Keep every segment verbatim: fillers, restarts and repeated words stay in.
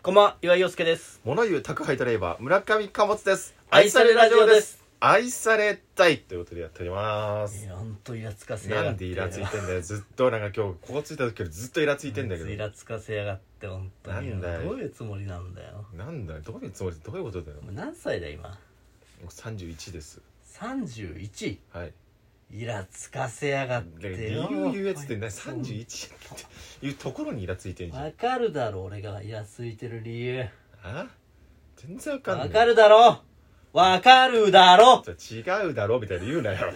こんばんは、岩井陽介です。 物言う宅配ドライバー村上貨物です。 愛されラジオです。 愛されたいということでやっております。 いや、ほんとイラつかせやがって。 なんでイラついてんだよ。ずっとなんか今日ここ着いた時からずっとイラついてんだけど。 イラつかせやがってほんとに。 なんだよ。 どういうつもりなんだよ。 なんだよ。どういうつもり、どういうことだよ。 何歳だ今。 さんじゅういちです。 さんじゅういち。 はい。 イラつかせやがってよ。 理由言うやつって何、さんじゅういちっていうところにイラついてんじゃん。 わかるだろ俺がイラついてる理由。 あ？全然わかんない。 わかるだろわかるだろ違うだろみたいな言うなよ。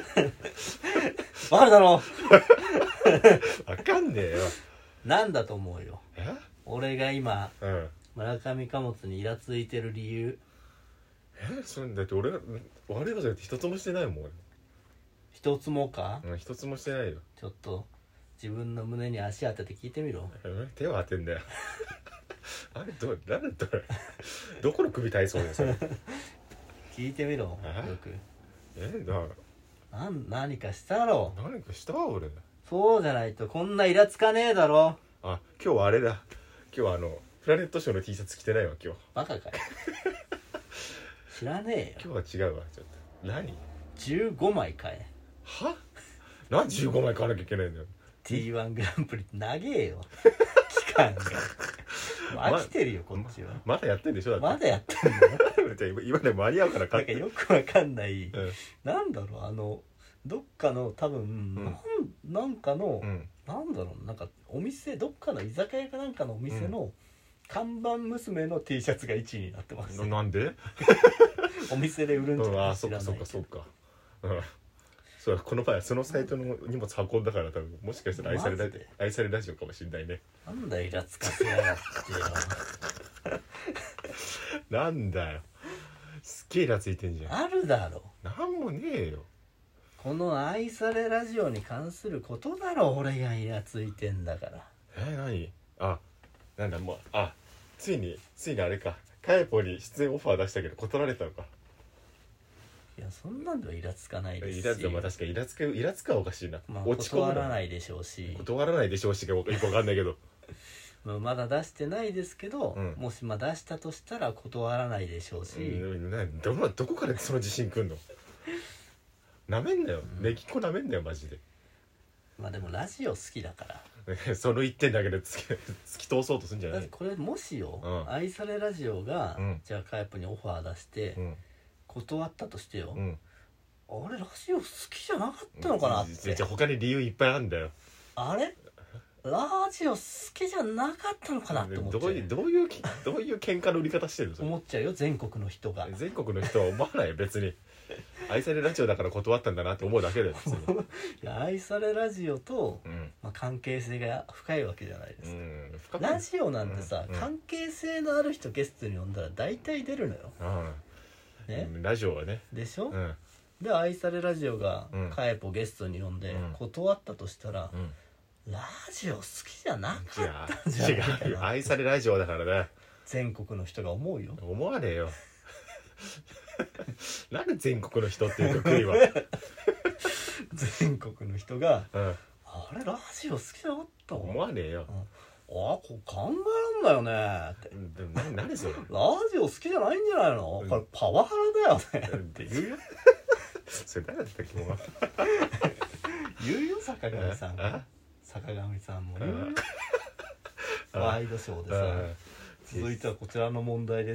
わかるだろわかんねえよ。 なんだと思うよ。 え？ 俺が今、 うん、 村上貨物にイラついてる理由。 え？それだって俺が悪いことって一つもしてないもん。 一つもか？ うん、一つもしてないよ。 ちょっと自分の胸に足当てて聞いてみろ。 手を当てんだよ。あれど誰だったらどこの首体操だよそれ。 聞いてみろよく。 えだなん何かしたろ。 何かした俺。 そうじゃないとこんなイラつかねえだろ。 あ、今日はあれだ。今日はあのプラネットショーの T シャツ着てないわ今日。 バカかよ。知らねえよ。 今日は違うわちょっと。何じゅうごまい買え。 は？なんじゅうごまい買わなきゃいけないんだよ。 ティーワン グランプリ長えよ期間が。飽きてるよこっちは。 まだやってんでしょだって。 まだやってんのじゃあ今でも間に合うから買って。 なんかよくわかんない、 うん、 なんだろうあのどっかの多分、うん、なんなんかの、 うん、 なんだろうなんかお店どっかの居酒屋かなんかのお店の看板娘の T シャツがいちいになってます、 うん、なんでお店で売るんじゃない、 うん、あ、そっかそっかそっか。うん、そうこの前そのサイトの荷物運んだから多分もしかしたら愛されラジオ愛されラジオかもしれないね。 なんだイラつかせやがってよ。 なんだよすっげえイラついてんじゃん。 あるだろなんもねえよ。 この愛されラジオに関することだろ俺がイラついてんだから。 えー、何あなんだもうあついについにあれかカエポに出演オファー出したけど断られたのか。 いやそんなんではイラつかないですし。 イラつかまあ確かにイラつかイラつかはおかしいな、 まあ、 落ち込むな。 断らないでしょうし断らないでしょうしかよくわかんないけどまあまだ出してないですけど、 うん、 もしまあ出したとしたら断らないでしょうし、 うん、な ど, どこからその自信くんの。なめんなよ、うん、ねぎっこなめんなよマジで。 まあでもラジオ好きだからその一点だけで突き突き通そうとするんじゃない。 これもしよ、 うん、 愛されラジオが、 うん、 じゃあカイプにオファー出して、うん、断ったとしてよ、うん、あれラジオ好きじゃなかったのかなって。 じゃあ他に理由いっぱいあるんだよ。あれラジオ好きじゃなかったのかなって思っちゃう。 どういうどういうどういう喧嘩の売り方してるのそれ。 思っちゃうよ全国の人が。 全国の人は思わないよ別に。愛されラジオだから断ったんだなって思うだけだよ別に。 いや愛されラジオと、うんまあ、関係性が深いわけじゃないですか、うん、ラジオなんてさ、うんうん、関係性のある人ゲストに呼んだら大体出るのよ、うんね、 ラジオはねでしょ、 うん、 で愛されラジオがカエポゲストに呼んで断ったとしたら、うんラジオ好きじゃなかったんじゃないかな。違うよ愛されラジオだからね。 全国の人が思うよ。 思わねえよ。なんで全国の人っていうかくいは全国の人が、うん、あれラジオ好きじゃなかった思わねえよ、 うん、あこれ考えらんないよねって。 でも何何それラジオ好きじゃないんじゃないの、うん、これパワハラだよねって言うよ。 それ誰だったっけもう言うよ坂上さんが。坂上さんも言うよワイドショーでさ。続いてはこちらの問題です。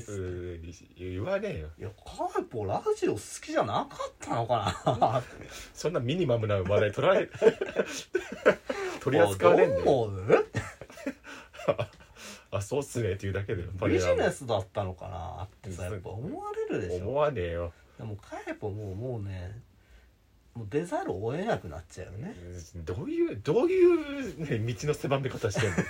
言わねえよ。 いやカイポラジオ好きじゃなかったのかなそんなミニマムな話題取られ取り扱われんねん。 どう思うあそうっすねっていうだけでビジネスだったのかなってさやっぱ思われるでしょ。 思わねえよ。 でもカイポもうもうねもう出ざるを得なくなっちゃうよね。 どういうどういう、ね、道の狭め方してんの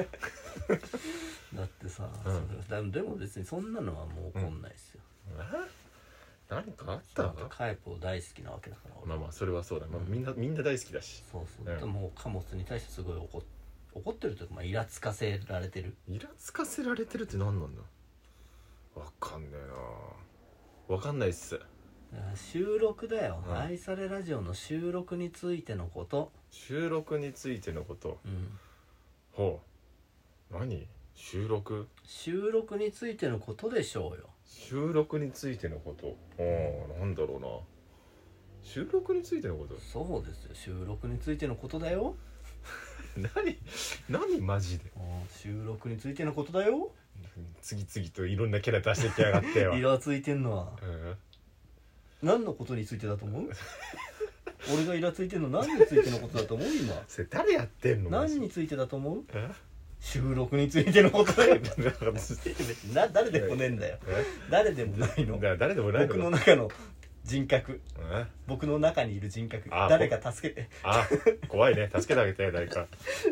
だってさ、うん、でも別にそんなのはもう起こんないですよ、 うん、何かあったの。 カイポ大好きなわけだからまあまあそれはそうだ、まあ、みんなみんな大好きだし。 そうそう、うん、でも貨物に対してすごい怒怒ってるというか、まあ、イラつかせられてる。 イラつかせられてるって何なんだ。わかんねえな。わかんないっす。 収録だよ、 うん、 愛されラジオの収録についてのこと。 収録についてのこと、 うん、 ほう何収録収録についてのことでしょうよ。 収録についてのことああなんだろうな収録についてのことそうですよ収録についてのことだよ何何マジで収録についてのことだよ次々といろんなキャラ出してきやがってよイラついてんのは、 うん、 何のことについてだと思う俺がイラついてんの何についてのことだと思う今それ誰やってんの何についてだと思う収録についてのことだよな誰でもねえんだよ誰でもないの誰でもないの僕の中の人格僕の中にいる人格誰か助けてあ怖いね助けてあげて誰か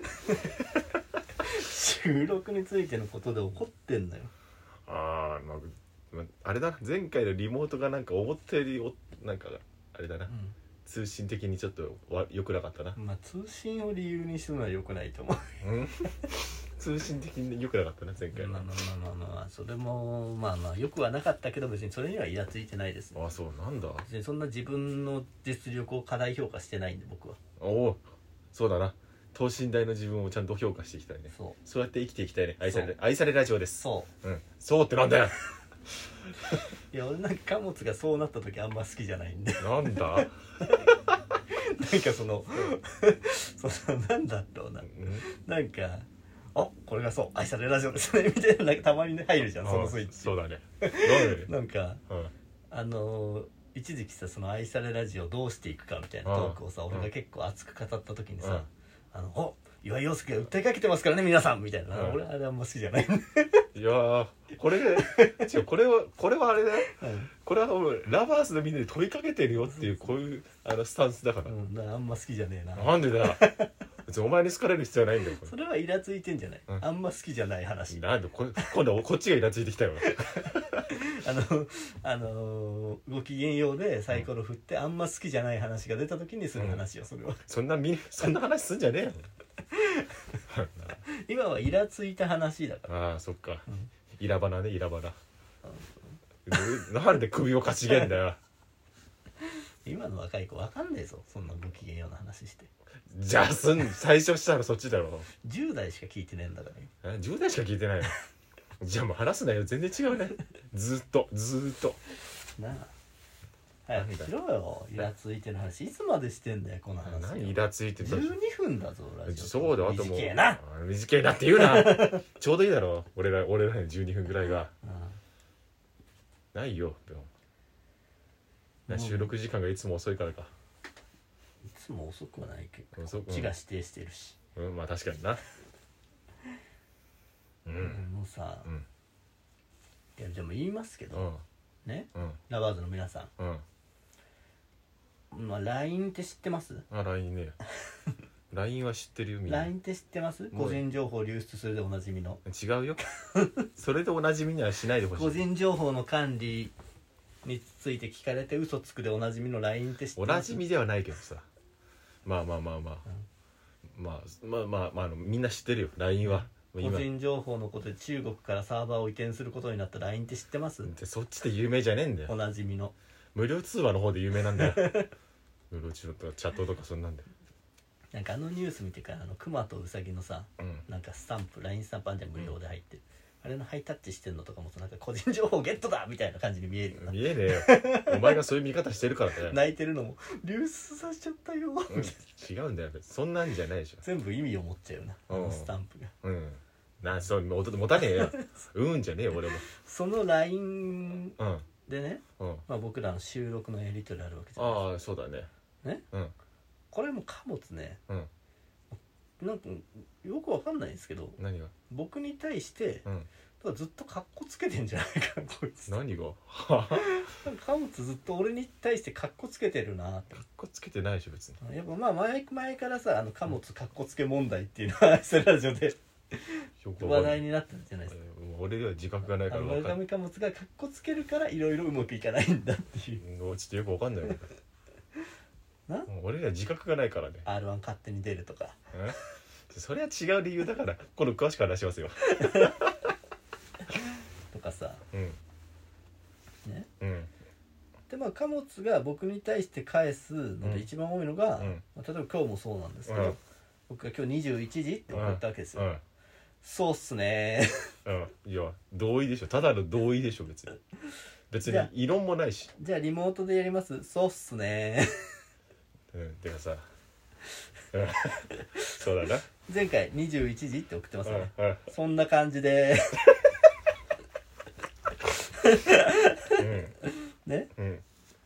収録についてのことで怒ってんだよあー、まあ、あれだ前回のリモートがなんか思ったよりおなんかあれだな、うん、通信的にちょっとわ良くなかったなまあ通信を理由にするのは良くないと思う、うん通信的に良くなかったな前回は。 まあまあまあまあまあそれもまあまあ良くはなかったけど別にそれにはイラついてないです、ね、 あそうなんだ別にそんな自分の実力を過大評価してないんで僕はおおそうだな等身大の自分をちゃんと評価していきたいねそうそうやって生きていきたいね愛され愛されラジオですそう、 うん、そうってなんだよいや俺なんか貨物がそうなった時あんま好きじゃないんでなんだなんかそのそのなんだろうな、うん、なんかあこれがそう愛されラジオですねみたいななんかたまにね入るじゃんそのスイッチそうだねなんか、うん、あのー、一時期さその愛されラジオどうしていくかみたいなトークをさ、うん、俺が結構熱く語った時にさ、うん、あのお岩井陽介が訴えかけてますからね皆さんみたいな、うん、俺あれあんま好きじゃないいやこれ違うこれはこれはあれだよ、うん、これはラバースのみんなで問いかけてるよっていうこういうあのスタンスだから、 うん、だからあんま好きじゃねえななんでだ別にお前に好かれる必要はないんだよそれはイラついてんじゃない、うん、あんま好きじゃない話なんでこ今度はこっちがイラついてきたよあのあのー、ご機嫌ようでサイコロ振って、うん、あんま好きじゃない話が出た時にする話よそれは、うん、 そんなみそんな話すんじゃねえよ今はイラついた話だからああそっか、うん、イラバナねイラバナ、うん、なんで首をかしげんだよ今の若い子わかんねえぞそんなご機嫌ような話してじゃあすん最初したらそっちだろじゅう代しか聞いてねえんだからじゅう代しか聞いてないよじゃあもう話すなよ全然違うねずっとずっとなあ早くしろよイラついてる話いつまでしてんだよこの話何イラついてるじゅうにふんだぞラジオそうだあともう短えな短えなって言うなちょうどいいだろ俺ら俺らにじゅうにふんぐらいがないよでも収録時間がいつも遅いからかいつも遅くはないけどこっちが指定してるし、 うん、うん、まあ確かになうん、もうさ、うん、いやでも言いますけど、うん、ね、うん、ラバーズの皆さん、うん、まあ ライン って知ってます？ あ ライン ねライン は知ってるよみんなライン って知ってます？個人情報流出するでおなじみの違うよそれでおなじみにはしないでほしい個人情報の管理について聞かれて嘘つくでおなじみの ライン って知ってます？ おなじみではないけどさまあまあまあまあ、うん、まあまあまあ、まあ、みんな知ってるよ ライン は個人情報のことで中国からサーバーを移転することになった ライン って知ってます？ でそっちで有名じゃねえんだよおなじみの無料通話の方で有名なんだよ無料通話とかチャットとかそんなんだよなんかあのニュース見てからあのクマとウサギのさ、うん、なんかスタンプ ライン スタンプあんじゃん無料で入ってる、うん、あれのハイタッチしてんのとかもなんか個人情報ゲットだみたいな感じに見えるよな見えねえよお前がそういう見方してるからね泣いてるのも流出させちゃったよ、 うん、違うんだよそんなんじゃないでしょ全部意味を持っちゃうよなあのスタンプがうんなそう持たねえようんじゃねえよ俺もその ライン でね、うんまあ、僕らの収録のやり取りあるわけじゃないですかああそうだねね、うん、これも貨物ね、うん、なんかよくわかんないんですけど何が僕に対して、うん、だからずっとカッコつけてんじゃないかこいつ何が貨物ずっと俺に対してカッコつけてるなってカッコつけてないでしょ別にやっぱまあ 前, 前からさあの貨物カッコつけ問題っていうのは愛されラジオで話題になったんじゃないですか、 えー、俺では自覚がないから分かんない村上貨物がカッコつけるからいろいろうまくいかないんだっていう、 うん、ちょっとよくわかんないな俺には自覚がないからねアールワン 勝手に出るとかそれは違う理由だから今度詳しく話しますよとかさ、 うんね、 うん、 でまあ貨物が僕に対して返すので一番多いのが、うんまあ、例えば今日もそうなんですけど、うん、僕が今日にじゅういちじって送ったわけですよ、うんうん、 そうっすねうんいや同意でしょ、ただの同意でしょ、別に別に異論もないし。 じゃあリモートでやります。そうっすねうんてかさうんそうだな、 前回にじゅういちじって送ってますね、 うんうん、 そんな感じでうんね、 うん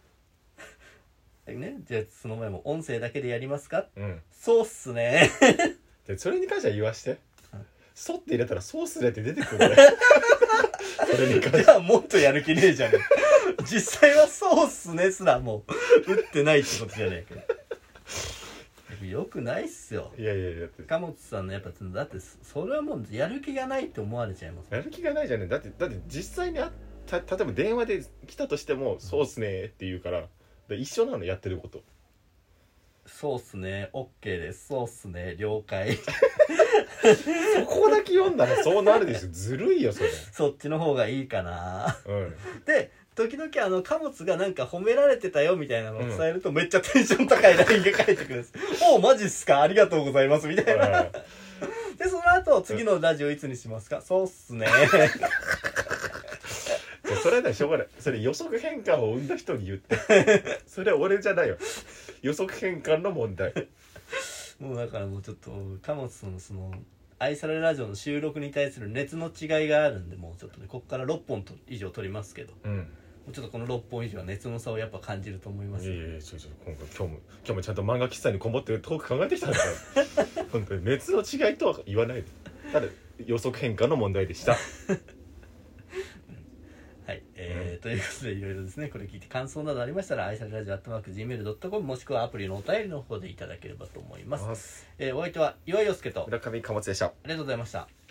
ね、じゃあその前も音声だけでやりますか。 うんそうっすねでそれに関しては言わして、 うんそって入れたらソースでって出てくるねそれに関してじゃあもっとやる気ねえじゃねえ実際はそうっすねすらもう打ってないってことじゃねえかよくないっすよ。 いやいやいやだって貨物さんのやっぱだってそれはもうやる気がないって思われちゃいます。 やる気がないじゃねえ、だってだって実際にあた例えば電話で来たとしても、うん、そうっすねって言うからで一緒なの、やってること。 そうっすね OK です、そうっすね了解そこだけ読んだらそうなるでしょ、ずるいよそれ。 そっちの方がいいかな、 うん、 で時々あの貨物がなんか褒められてたよみたいなのを伝えると、めっちゃテンション高い ライン が返ってくるんですおおマジっすかありがとうございますみたいな、うん、でその後次のラジオいつにしますか、そうっすねそれはねしょうがない、それ予測変換を生んだ人に言ってそれは俺じゃないよ、予測変換の問題もうだからもうちょっと貨物のその愛されラジオの収録に対する熱の違いがあるんで、もうちょっとねここからろっぽんと以上撮りますけど、うん、もうちょっとこのろっぽん以上は熱の差をやっぱ感じると思います。 いやいやちょちょ今回今日も今日もちゃんと漫画喫茶にこもってトーク考えてきたんだから本当に熱の違いとは言わないで、ただ予測変換の問題でしたはい、えーうん、ということでいろいろですねこれ聞いて感想などありましたら愛されラジオアットマーク ジーメールドットコム もしくはアプリのお便りの方でいただければと思います。えー、お相手は岩井陽介と村上貨物でした。ありがとうございました。